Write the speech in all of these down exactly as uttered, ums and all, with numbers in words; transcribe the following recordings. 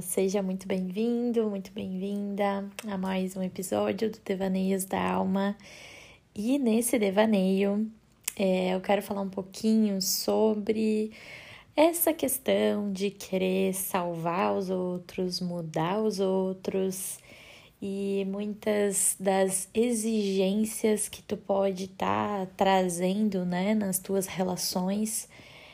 Seja muito bem-vindo, muito bem-vinda a mais um episódio do Devaneios da Alma. E nesse devaneio, é, eu quero falar um pouquinho sobre essa questão de querer salvar os outros, mudar os outros e muitas das exigências que tu pode estar tá trazendo, né, nas tuas relações,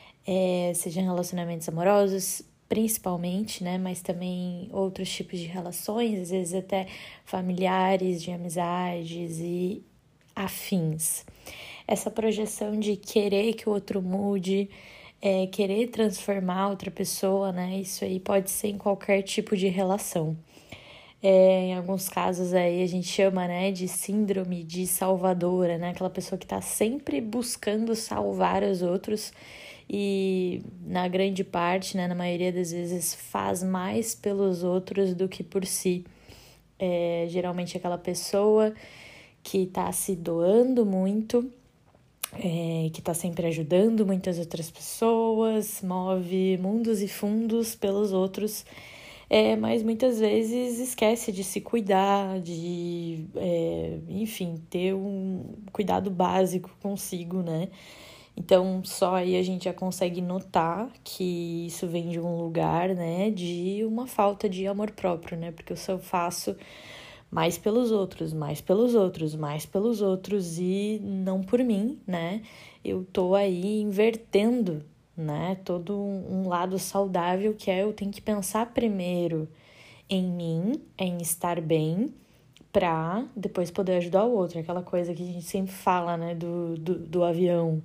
é, sejam relacionamentos amorosos, principalmente, né, mas também outros tipos de relações, às vezes até familiares, de amizades e afins. Essa projeção de querer que o outro mude, é, querer transformar outra pessoa, né, isso aí pode ser em qualquer tipo de relação. É, em alguns casos aí a gente chama, né, de síndrome de salvadora, né, aquela pessoa que está sempre buscando salvar os outros e na grande parte, né, na maioria das vezes faz mais pelos outros do que por si. É, geralmente aquela pessoa que está se doando muito, é, que está sempre ajudando muitas outras pessoas, move mundos e fundos pelos outros, é, mas muitas vezes esquece de se cuidar, de, é, enfim, ter um cuidado básico consigo, né? Então, só aí a gente já consegue notar que isso vem de um lugar, né, de uma falta de amor próprio, né? Porque eu só faço mais pelos outros, mais pelos outros, mais pelos outros e não por mim, né? Eu tô aí invertendo, né, todo um lado saudável que é eu tenho que pensar primeiro em mim, em estar bem, pra depois poder ajudar o outro. Aquela coisa que a gente sempre fala, né, do, do, do avião.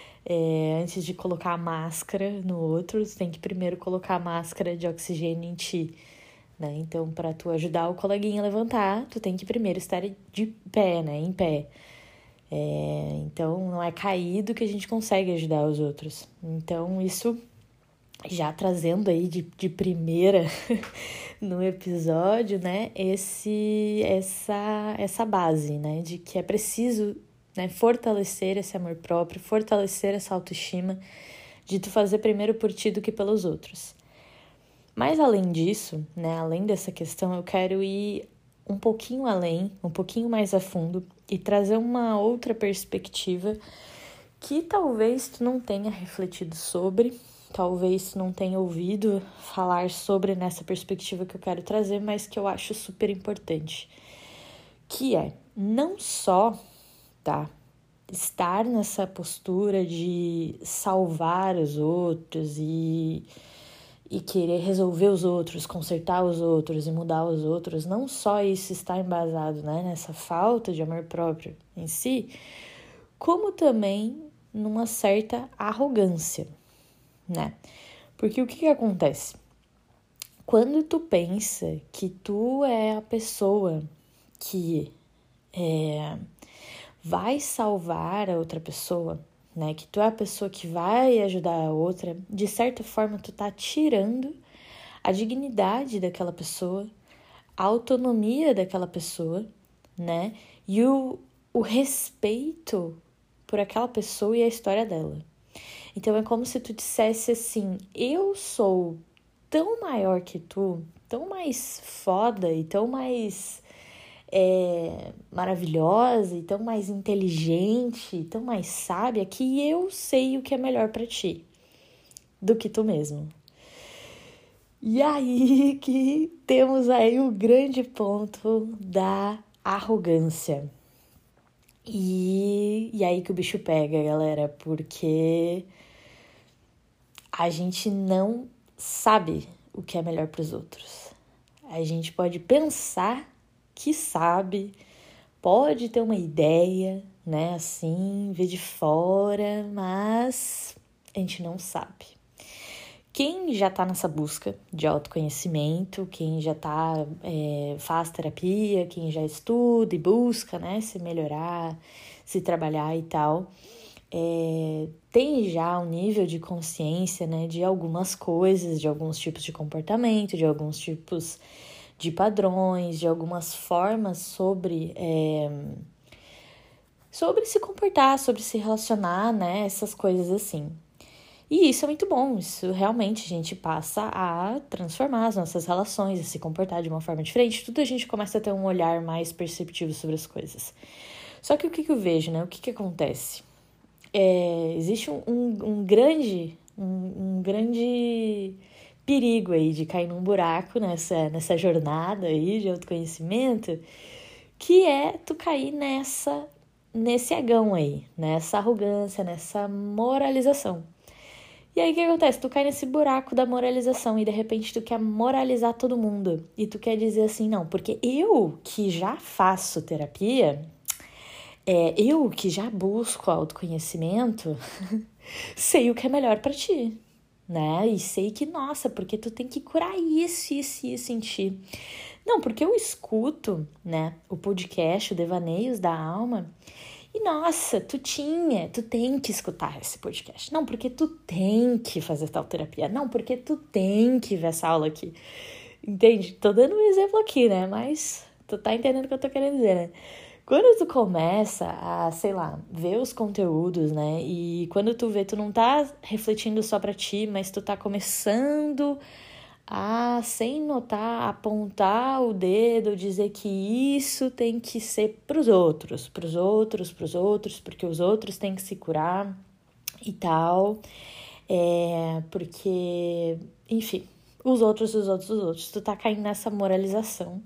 É, antes de colocar a máscara no outro, você tem que primeiro colocar a máscara de oxigênio em ti, né? Então, para tu ajudar o coleguinha a levantar, tu tem que primeiro estar de pé, né? Em pé. É, então, não é caído que a gente consegue ajudar os outros. Então, isso já trazendo aí de, de primeira no episódio, né? Esse, essa, essa base, né? De que é preciso, né, fortalecer esse amor próprio, fortalecer essa autoestima, de tu fazer primeiro por ti do que pelos outros. Mas além disso, né, além dessa questão, eu quero ir um pouquinho além, um pouquinho mais a fundo e trazer uma outra perspectiva que talvez tu não tenha refletido sobre, talvez tu não tenha ouvido falar sobre nessa perspectiva que eu quero trazer, mas que eu acho super importante, que é não só tá? Estar nessa postura de salvar os outros e, e querer resolver os outros, consertar os outros e mudar os outros, não só isso está embasado, né, nessa falta de amor próprio em si, como também numa certa arrogância, né? Porque o que, que acontece? Quando tu pensa que tu é a pessoa que é... vai salvar a outra pessoa, né? Que tu é a pessoa que vai ajudar a outra, de certa forma tu tá tirando a dignidade daquela pessoa, a autonomia daquela pessoa, né? E o, o respeito por aquela pessoa e a história dela. Então é como se tu dissesse assim, eu sou tão maior que tu, tão mais foda e tão mais É, maravilhosa e tão mais inteligente, tão mais sábia, que eu sei o que é melhor pra ti do que tu mesmo. E aí que temos aí o grande ponto da arrogância. E, e aí que o bicho pega, galera, porque a gente não sabe o que é melhor pros outros. A gente pode pensar que sabe, pode ter uma ideia, né, assim, ver de fora, mas a gente não sabe. Quem já tá nessa busca de autoconhecimento, quem já tá, é, faz terapia, quem já estuda e busca, né, se melhorar, se trabalhar e tal, é, tem já um nível de consciência, né, de algumas coisas, de alguns tipos de comportamento, de alguns tipos de padrões, de algumas formas sobre, é, sobre se comportar, sobre se relacionar, né? Essas coisas assim. E isso é muito bom, isso realmente a gente passa a transformar as nossas relações, a se comportar de uma forma diferente, tudo a gente começa a ter um olhar mais perceptivo sobre as coisas. Só que o que, que eu vejo, né? O que, que acontece? É, existe um, um, um grande, um, um grande perigo aí de cair num buraco nessa, nessa jornada aí de autoconhecimento, que é tu cair nessa, nesse egão aí, nessa arrogância, nessa moralização. E aí o que acontece? Tu cai nesse buraco da moralização e de repente tu quer moralizar todo mundo. E tu quer dizer assim, não, porque eu que já faço terapia, é, eu que já busco autoconhecimento, sei o que é melhor pra ti, né? E sei que, nossa, porque tu tem que curar isso, isso, isso em ti. Não, porque eu escuto, né, o podcast, o Devaneios da Alma, e nossa, tu tinha, tu tem que escutar esse podcast. Não, porque tu tem que fazer tal terapia. Não, porque tu tem que ver essa aula aqui. Entende? Tô dando um exemplo aqui, né? Mas tu tá entendendo o que eu tô querendo dizer, né? Quando tu começa a, sei lá, ver os conteúdos, né? E quando tu vê, tu não tá refletindo só pra ti, mas tu tá começando a, sem notar, apontar o dedo, dizer que isso tem que ser pros outros, pros outros, pros outros, porque os outros têm que se curar e tal. É, porque, enfim, os outros, os outros, os outros. Tu tá caindo nessa moralização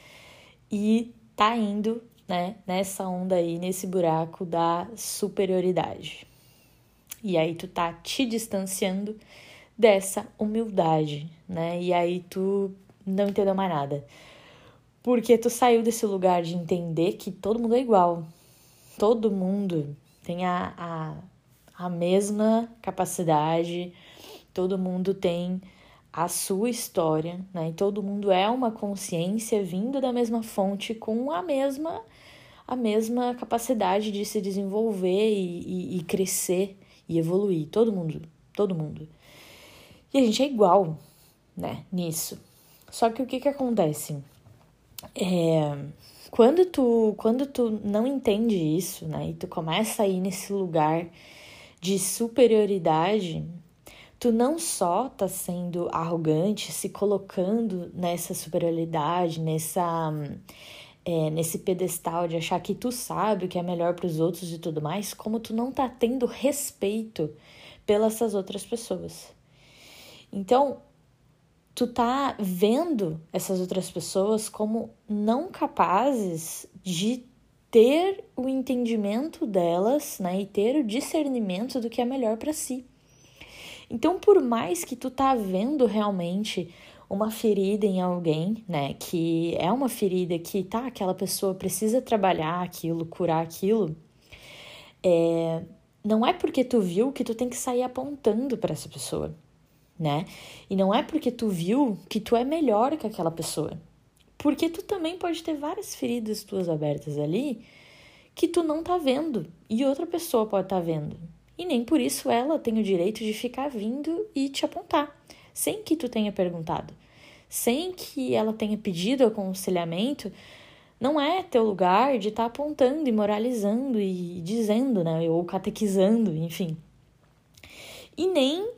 e tá indo, né, nessa onda aí, nesse buraco da superioridade. E aí tu tá te distanciando dessa humildade, né? E aí tu não entendeu mais nada. Porque tu saiu desse lugar de entender que todo mundo é igual. Todo mundo tem a, a, a mesma capacidade, todo mundo tem a sua história, né? E todo mundo é uma consciência vindo da mesma fonte com a mesma, a mesma capacidade de se desenvolver e, e, e crescer e evoluir. Todo mundo, todo mundo. E a gente é igual, né, nisso. Só que o que que acontece? É, quando, tu, quando tu não entende isso, né, e tu começa a ir nesse lugar de superioridade, tu não só tá sendo arrogante, se colocando nessa superioridade, nessa, é, nesse pedestal de achar que tu sabe o que é melhor pros outros e tudo mais, como tu não tá tendo respeito pelas outras pessoas. Então, tu tá vendo essas outras pessoas como não capazes de ter o entendimento delas, né, e ter o discernimento do que é melhor para si. Então, por mais que tu tá vendo realmente uma ferida em alguém, né, que é uma ferida que, tá, aquela pessoa precisa trabalhar aquilo, curar aquilo, é, não é porque tu viu que tu tem que sair apontando para essa pessoa, né? E não é porque tu viu que tu é melhor que aquela pessoa. Porque tu também pode ter várias feridas tuas abertas ali que tu não tá vendo e outra pessoa pode estar tá vendo. E nem por isso ela tem o direito de ficar vindo e te apontar, sem que tu tenha perguntado, sem que ela tenha pedido aconselhamento. Não é teu lugar de estar tá apontando e moralizando e dizendo, né? Ou catequizando, enfim. E nem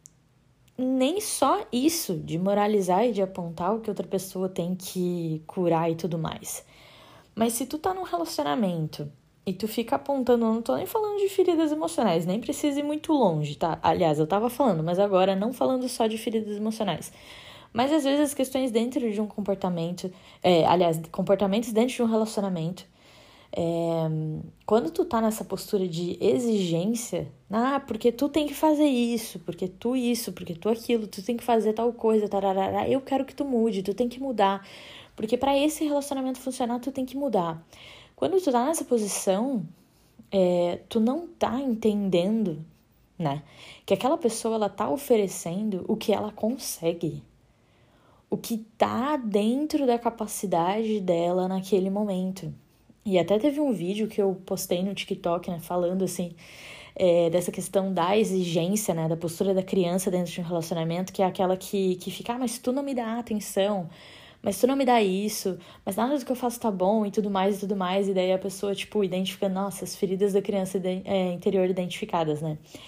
Nem só isso, de moralizar e de apontar o que outra pessoa tem que curar e tudo mais. Mas se tu tá num relacionamento e tu fica apontando, eu não tô nem falando de feridas emocionais, nem precisa ir muito longe, tá? Aliás, eu tava falando, mas agora não falando só de feridas emocionais. Mas às vezes as questões dentro de um comportamento, é, aliás, comportamentos dentro de um relacionamento, É, quando tu tá nessa postura de exigência, ah, porque tu tem que fazer isso, porque tu isso, porque tu aquilo, tu tem que fazer tal coisa, tarará, eu quero que tu mude, tu tem que mudar, porque para esse relacionamento funcionar, tu tem que mudar. Quando tu tá nessa posição, é, tu não tá entendendo, né, que aquela pessoa, ela tá oferecendo o que ela consegue, o que tá dentro da capacidade dela naquele momento. E até teve um vídeo que eu postei no TikTok, né, falando assim, é, dessa questão da exigência, né, da postura da criança dentro de um relacionamento, que é aquela que, que fica, ah, mas tu não me dá atenção, mas tu não me dá isso, mas nada do que eu faço tá bom e tudo mais e tudo mais, e daí a pessoa, tipo, identifica, nossa, as feridas da criança é, interior identificadas, né.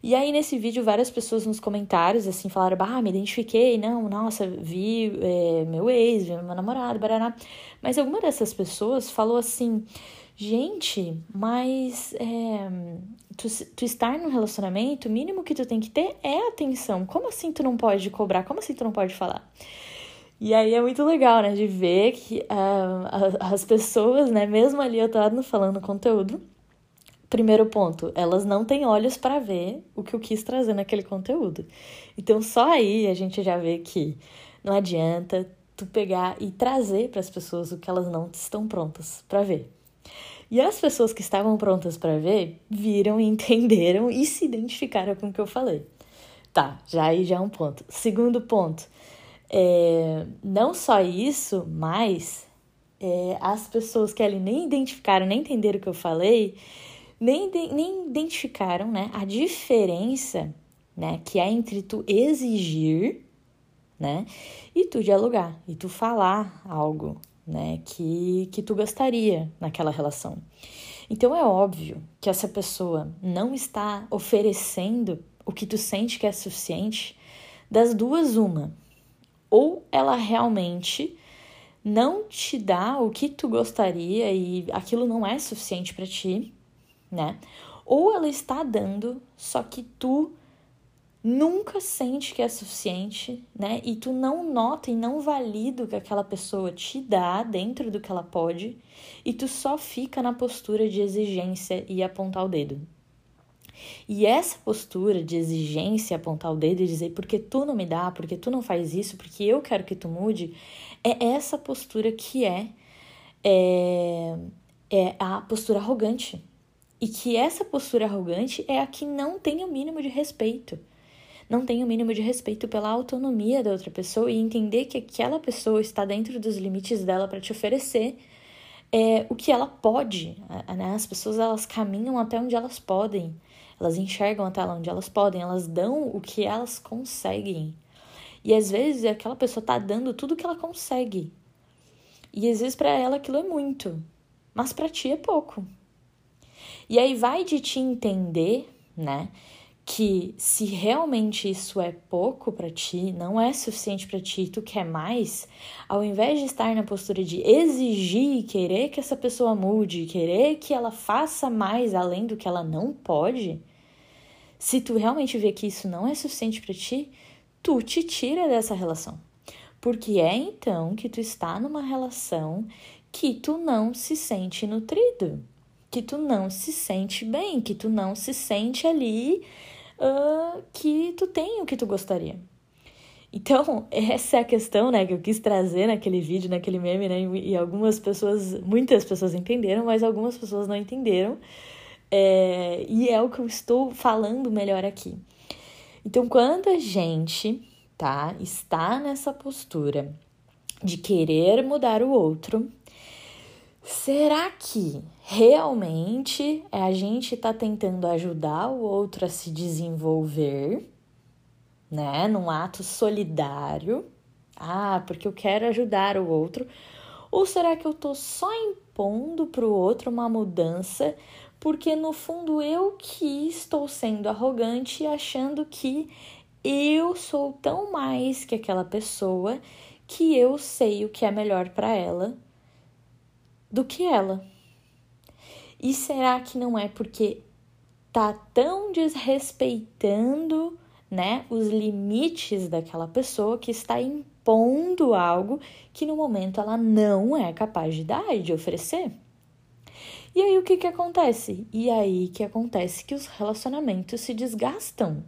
E aí, nesse vídeo, várias pessoas nos comentários, assim, falaram, bah, me identifiquei, não, nossa, vi é, meu ex, vi meu namorado, barará. Mas alguma dessas pessoas falou assim, gente, mas é, tu, tu estar num relacionamento, o mínimo que tu tem que ter é atenção. Como assim tu não pode cobrar? Como assim tu não pode falar? E aí é muito legal, né, de ver que uh, as pessoas, né, mesmo ali eu tava falando conteúdo, primeiro ponto, elas não têm olhos para ver o que eu quis trazer naquele conteúdo. Então, só aí a gente já vê que não adianta tu pegar e trazer para as pessoas o que elas não estão prontas para ver. E as pessoas que estavam prontas para ver, viram, entenderam e se identificaram com o que eu falei. Tá, já aí já é um ponto. Segundo ponto, é, não só isso, mas é, as pessoas que ali nem identificaram, nem entenderam o que eu falei, Nem, nem identificaram, né, a diferença, né, que é entre tu exigir, né, e tu dialogar, e tu falar algo, né, que, que tu gostaria naquela relação. Então é óbvio que essa pessoa não está oferecendo o que tu sente que é suficiente, das duas uma. Ou ela realmente não te dá o que tu gostaria e aquilo não é suficiente para ti, né? Ou ela está dando, só que tu nunca sente que é suficiente, né? E tu não nota e não valida o que aquela pessoa te dá dentro do que ela pode, e tu só fica na postura de exigência e apontar o dedo. E essa postura de exigência, apontar o dedo e dizer porque tu não me dá, porque tu não faz isso, porque eu quero que tu mude, é essa postura que é, é, é a postura arrogante. E que essa postura arrogante é a que não tem o mínimo de respeito. Não tem o mínimo de respeito pela autonomia da outra pessoa e entender que aquela pessoa está dentro dos limites dela para te oferecer é, o que ela pode. Né? As pessoas, elas caminham até onde elas podem. Elas enxergam até onde elas podem. Elas dão o que elas conseguem. E às vezes aquela pessoa está dando tudo o que ela consegue. E às vezes para ela aquilo é muito. Mas para ti é pouco. E aí vai de te entender, né, que se realmente isso é pouco para ti, não é suficiente para ti, tu quer mais, ao invés de estar na postura de exigir e querer que essa pessoa mude, querer que ela faça mais além do que ela não pode, se tu realmente vê que isso não é suficiente para ti, tu te tira dessa relação. Porque é então que tu está numa relação que tu não se sente nutrido. Que tu não se sente bem, que tu não se sente ali uh, que tu tem o que tu gostaria. Então, essa é a questão, né, que eu quis trazer naquele vídeo, naquele meme, né, e algumas pessoas, muitas pessoas entenderam, mas algumas pessoas não entenderam, é, e é o que eu estou falando melhor aqui. Então, quando a gente, tá, está nessa postura de querer mudar o outro, será que realmente a gente está tentando ajudar o outro a se desenvolver, né? Num ato solidário. Ah, porque eu quero ajudar o outro. Ou será que eu tô só impondo para o outro uma mudança porque no fundo eu que estou sendo arrogante e achando que eu sou tão mais que aquela pessoa que eu sei o que é melhor para ela do que ela. E será que não é porque tá tão desrespeitando, né, os limites daquela pessoa que está impondo algo que no momento ela não é capaz de dar e de oferecer? E aí o que que acontece? E aí que acontece que os relacionamentos se desgastam.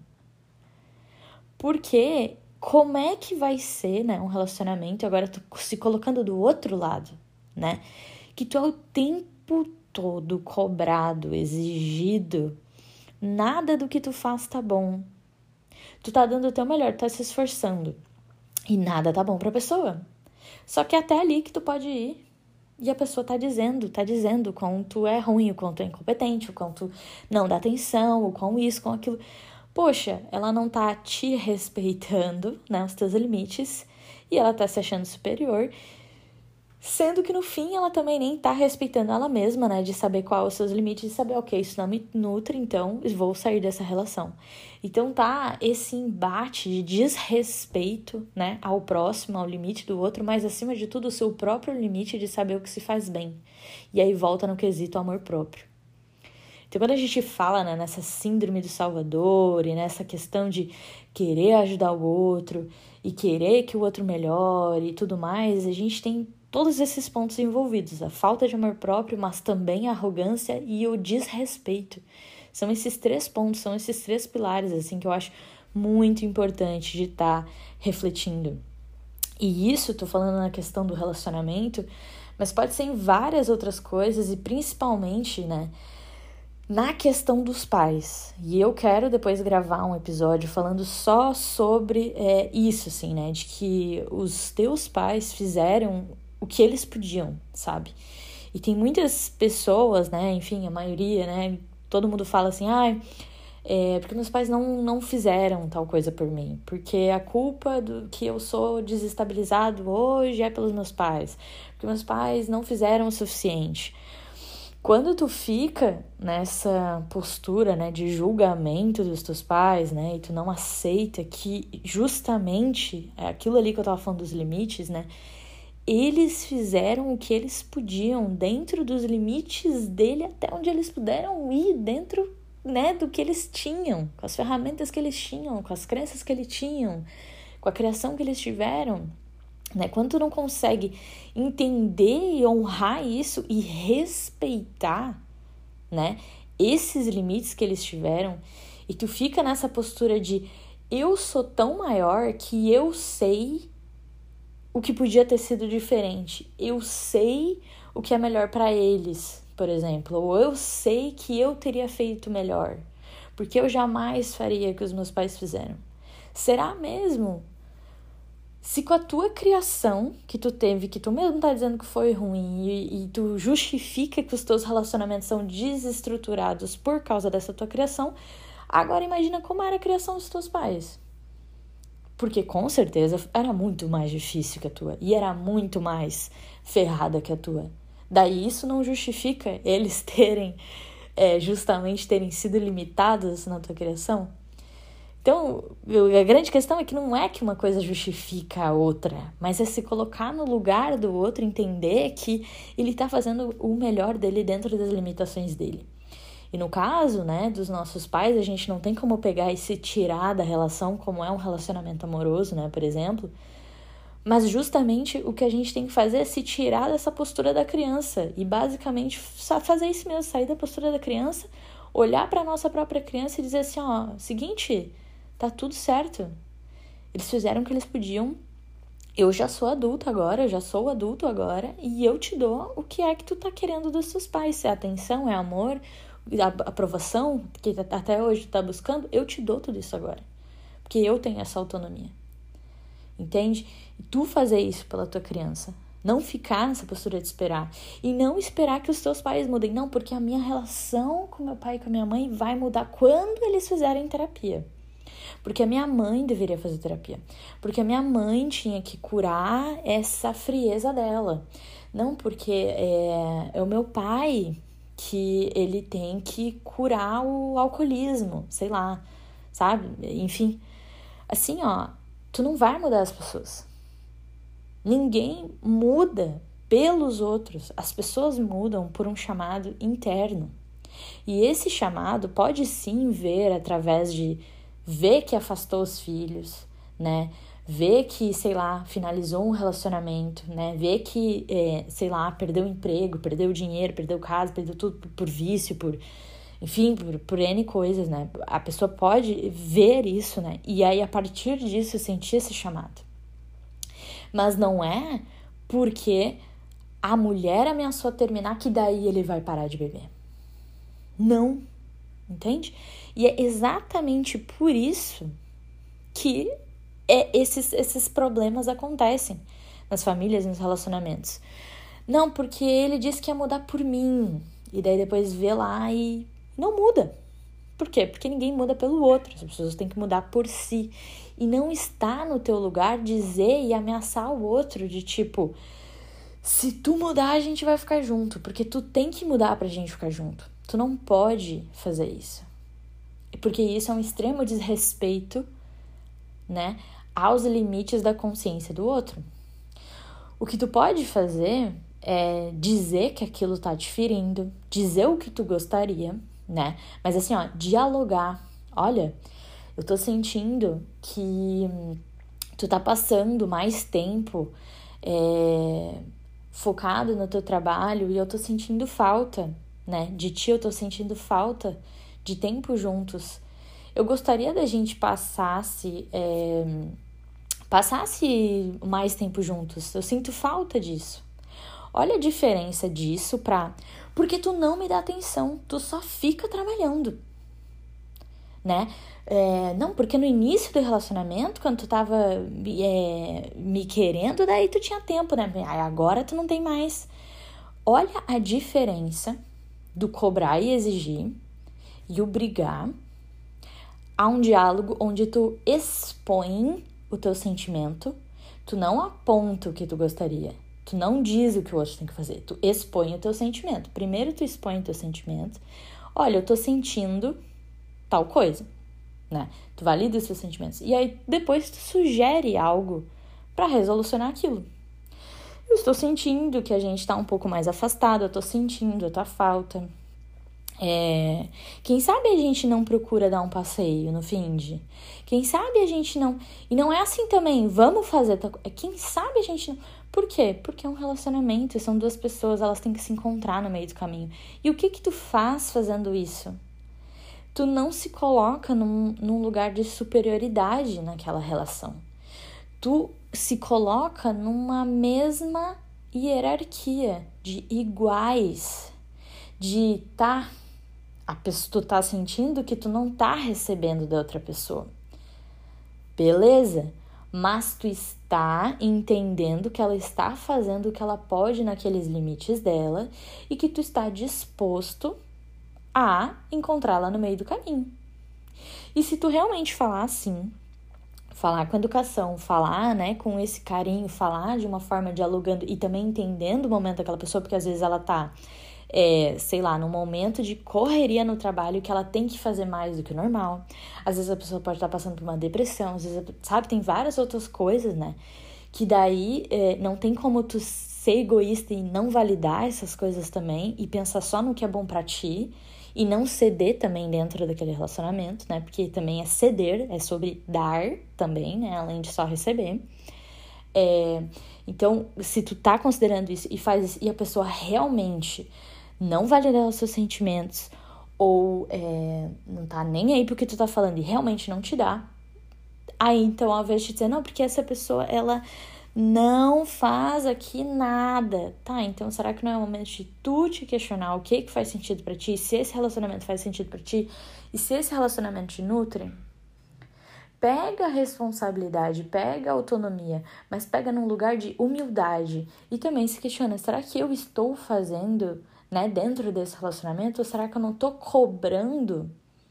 Porque como é que vai ser, né, um relacionamento, agora tu se colocando do outro lado, né? Que tu é o tempo todo cobrado, exigido, nada do que tu faz tá bom. Tu tá dando o teu melhor, tu tá se esforçando e nada tá bom pra pessoa. Só que é até ali que tu pode ir e a pessoa tá dizendo, tá dizendo o quão tu é ruim, o quão tu é incompetente, o quão tu não dá atenção, o quão isso, o quão aquilo. Poxa, ela não tá te respeitando, né, os teus limites, e ela tá se achando superior. Sendo que no fim ela também nem tá respeitando ela mesma, né? De saber quais os seus limites, de saber, ok, isso não me nutre, então vou sair dessa relação. Então tá esse embate de desrespeito, né? Ao próximo, ao limite do outro, mas acima de tudo o seu próprio limite de saber o que se faz bem. E aí volta no quesito amor próprio. Então quando a gente fala, né, nessa síndrome do Salvador e nessa questão de querer ajudar o outro e querer que o outro melhore e tudo mais, a gente tem todos esses pontos envolvidos, a falta de amor próprio, mas também a arrogância e o desrespeito. São esses três pontos, são esses três pilares, assim, que eu acho muito importante de estar tá refletindo. E isso, tô falando na questão do relacionamento, mas pode ser em várias outras coisas e principalmente, né, na questão dos pais. E eu quero depois gravar um episódio falando só sobre é, isso, assim, né, de que os teus pais fizeram o que eles podiam, sabe? E tem muitas pessoas, né, enfim, a maioria, né, todo mundo fala assim, ah, é porque meus pais não, não fizeram tal coisa por mim, porque a culpa do que eu sou desestabilizado hoje é pelos meus pais, porque meus pais não fizeram o suficiente. Quando tu fica nessa postura, né, de julgamento dos teus pais, né, e tu não aceita que justamente é aquilo ali que eu tava falando dos limites, né, eles fizeram o que eles podiam dentro dos limites dele até onde eles puderam ir, dentro, né, do que eles tinham, com as ferramentas que eles tinham, com as crenças que eles tinham, com a criação que eles tiveram, né? Quando tu não consegue entender e honrar isso e respeitar, né, esses limites que eles tiveram, e tu fica nessa postura de eu sou tão maior que eu sei o que podia ter sido diferente. Eu sei o que é melhor para eles, por exemplo. Ou eu sei que eu teria feito melhor. Porque eu jamais faria o que os meus pais fizeram. Será mesmo? Se com a tua criação que tu teve, que tu mesmo tá dizendo que foi ruim, e, e tu justifica que os teus relacionamentos são desestruturados por causa dessa tua criação, agora imagina como era a criação dos teus pais. Porque com certeza era muito mais difícil que a tua. E era muito mais ferrada que a tua. Daí isso não justifica eles terem, é, justamente terem sido limitados na tua criação. Então, a grande questão é que não é que uma coisa justifica a outra, mas é se colocar no lugar do outro, entender que ele tá fazendo o melhor dele dentro das limitações dele. E no caso, né, dos nossos pais, a gente não tem como pegar e se tirar da relação, como é um relacionamento amoroso, né, por exemplo. Mas justamente o que a gente tem que fazer é se tirar dessa postura da criança. E basicamente fazer isso mesmo, sair da postura da criança, olhar para a nossa própria criança e dizer assim, ó, seguinte, tá tudo certo. Eles fizeram o que eles podiam. Eu já sou adulta agora, eu já sou adulto agora, e eu te dou o que é que tu tá querendo dos seus pais. Se é atenção, é amor, a aprovação, que até hoje tu tá buscando, eu te dou tudo isso agora. Porque eu tenho essa autonomia. Entende? E tu fazer isso pela tua criança. Não ficar nessa postura de esperar. E não esperar que os teus pais mudem. Não, porque a minha relação com meu pai e com a minha mãe vai mudar quando eles fizerem terapia. Porque a minha mãe deveria fazer terapia. Porque a minha mãe tinha que curar essa frieza dela. Não porque é, é o meu pai que ele tem que curar o alcoolismo, sei lá, sabe? Enfim, assim, ó, tu não vai mudar as pessoas. Ninguém muda pelos outros. As pessoas mudam por um chamado interno. E esse chamado pode sim ver através de ver que afastou os filhos, né? Ver que, sei lá, finalizou um relacionamento, né? Ver que, é, sei lá, perdeu o emprego, perdeu o dinheiro, perdeu casa, perdeu tudo por, por vício, por, enfim, por, por N coisas, né? A pessoa pode ver isso, né? E aí, a partir disso, sentir esse chamado. Mas não é porque a mulher ameaçou terminar que daí ele vai parar de beber. Não, entende? E é exatamente por isso que é, esses, esses problemas acontecem nas famílias, nos relacionamentos. Não, porque ele disse que ia mudar por mim. E daí depois vê lá e não muda. Por quê? Porque ninguém muda pelo outro. As pessoas têm que mudar por si. E não está no teu lugar dizer e ameaçar o outro de tipo, Se tu mudar, a gente vai ficar junto, porque tu tem que mudar pra gente ficar junto. Tu não pode fazer isso. Porque isso é um extremo desrespeito, né, aos limites da consciência do outro. O que tu pode fazer é dizer que aquilo tá te ferindo, dizer o que tu gostaria, né? Mas assim, ó, dialogar. Olha, eu tô sentindo que tu tá passando mais tempo é, focado no teu trabalho e eu tô sentindo falta, né? De ti eu tô sentindo falta de tempo juntos. Eu gostaria da gente passasse, é, passasse mais tempo juntos. Eu sinto falta disso. Olha a diferença disso pra... Porque tu não me dá atenção, tu só fica trabalhando, né? É, não, porque no início do relacionamento, quando tu tava é, me querendo, daí tu tinha tempo, né? Aí agora tu não tem mais. Olha a diferença do cobrar e exigir e o brigar. Há um diálogo onde tu expõe o teu sentimento, tu não aponta o que tu gostaria, tu não diz o que o outro tem que fazer, tu expõe o teu sentimento. Primeiro tu expõe o teu sentimento. Olha, eu tô sentindo tal coisa, né? Tu valida os seus sentimentos. E aí depois tu sugere algo pra resolucionar aquilo. Eu estou sentindo que a gente tá um pouco mais afastado, eu tô sentindo a tua falta. É, quem sabe a gente não procura dar um passeio no fim de... Quem sabe a gente não... E não é assim também, vamos fazer... Quem sabe a gente não... Por quê? Porque é um relacionamento, são duas pessoas, elas têm que se encontrar no meio do caminho. E o que que tu faz fazendo isso? Tu não se coloca num, num lugar de superioridade naquela relação. Tu se coloca numa mesma hierarquia de iguais, de tá... A pessoa, tu tá sentindo que tu não tá recebendo da outra pessoa. Beleza? Mas tu está entendendo que ela está fazendo o que ela pode naqueles limites dela e que tu está disposto a encontrá-la no meio do caminho. E se tu realmente falar assim, falar com educação, falar, né, com esse carinho, falar de uma forma dialogando e também entendendo o momento daquela pessoa, porque às vezes ela tá... É, sei lá, num momento de correria no trabalho que ela tem que fazer mais do que o normal. Às vezes a pessoa pode estar passando por uma depressão, às vezes, sabe, tem várias outras coisas, né? Que daí é, não tem como tu ser egoísta e não validar essas coisas também e pensar só no que é bom pra ti e não ceder também dentro daquele relacionamento, né? Porque também é ceder, é sobre dar também, né? Além de só receber. É, então, se tu tá considerando isso e faz isso, e a pessoa realmente não validar os seus sentimentos ou é, não tá nem aí pro que tu tá falando e realmente não te dá, aí então ao invés de dizer, não, porque essa pessoa, ela não faz aqui nada, tá, então será que não é o momento de tu te questionar o que que faz sentido pra ti, se esse relacionamento faz sentido pra ti e se esse relacionamento te nutre? Pega a responsabilidade, pega a autonomia, mas pega num lugar de humildade e também se questiona, será que eu estou fazendo, né, dentro desse relacionamento, ou será que eu não tô cobrando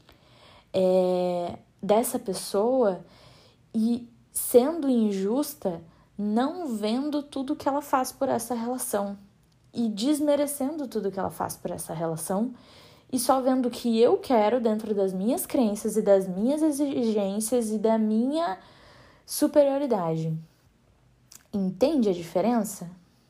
é, dessa pessoa e sendo injusta, não vendo tudo que ela faz por essa relação e desmerecendo tudo que ela faz por essa relação e só vendo o que eu quero dentro das minhas crenças e das minhas exigências e da minha superioridade. Entende a diferença?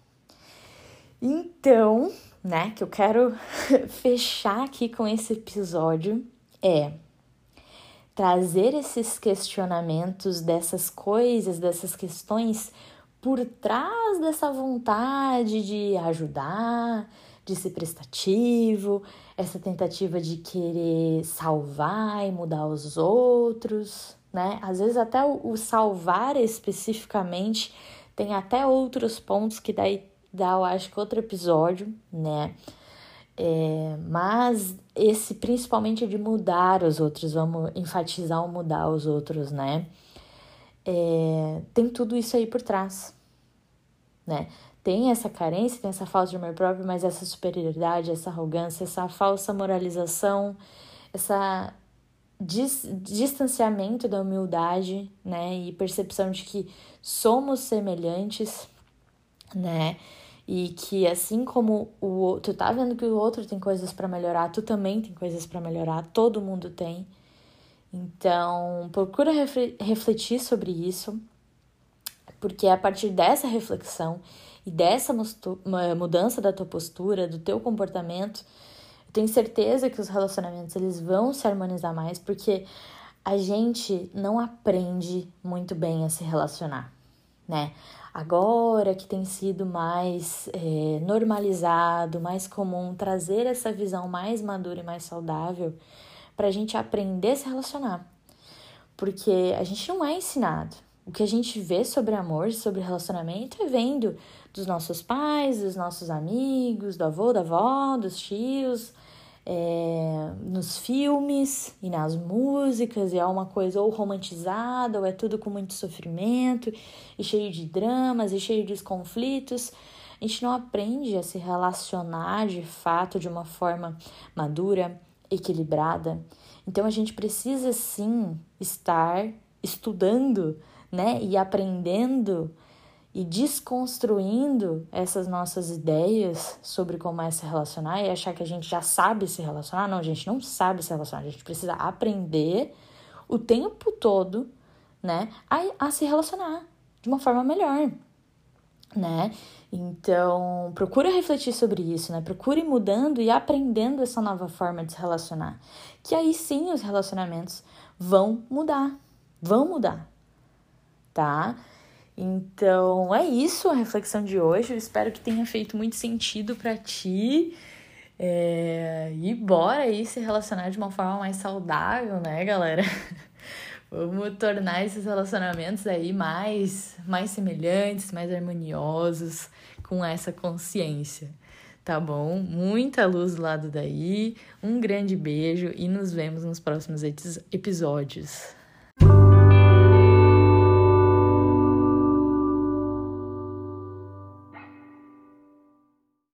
Então, né, que eu quero fechar aqui com esse episódio é trazer esses questionamentos dessas coisas, dessas questões por trás dessa vontade de ajudar, de ser prestativo, essa tentativa de querer salvar e mudar os outros, né? Às vezes até o, o salvar especificamente tem até outros pontos que daí dá, eu acho que outro episódio, né? É, mas esse principalmente de mudar os outros, vamos enfatizar o mudar os outros, né? É, tem tudo isso aí por trás, né? Tem essa carência, tem essa falta de amor próprio, mas essa superioridade, essa arrogância, essa falsa moralização, essa dis- distanciamento da humildade, né? E percepção de que somos semelhantes, né? E que assim como o outro, tu tá vendo que o outro tem coisas para melhorar, tu também tem coisas para melhorar, todo mundo tem. Então, procura refletir sobre isso, porque a partir dessa reflexão e dessa mudança da tua postura, do teu comportamento, eu tenho certeza que os relacionamentos eles vão se harmonizar mais, porque a gente não aprende muito bem a se relacionar, né? Agora que tem sido mais é, normalizado, mais comum trazer essa visão mais madura e mais saudável para a gente aprender a se relacionar. Porque a gente não é ensinado. O que a gente vê sobre amor, sobre relacionamento, é vendo dos nossos pais, dos nossos amigos, do avô, da avó, dos tios, é, nos filmes e nas músicas, e é uma coisa ou romantizada, ou é tudo com muito sofrimento, e cheio de dramas, e cheio de conflitos. A gente não aprende a se relacionar de fato de uma forma madura, equilibrada. Então a gente precisa sim estar estudando, né, e aprendendo e desconstruindo essas nossas ideias sobre como é se relacionar e achar que a gente já sabe se relacionar. Não, a gente não sabe se relacionar, a gente precisa aprender o tempo todo, né, a, a se relacionar de uma forma melhor, né? Então, procura refletir sobre isso, né? Procure ir mudando e aprendendo essa nova forma de se relacionar. Que aí sim os relacionamentos vão mudar, vão mudar, tá? Então, é isso a reflexão de hoje. Eu espero que tenha feito muito sentido pra ti. É... E bora aí se relacionar de uma forma mais saudável, né, galera? Vamos tornar esses relacionamentos aí mais, mais semelhantes, mais harmoniosos, com essa consciência, tá bom? Muita luz do lado daí, um grande beijo e nos vemos nos próximos episódios.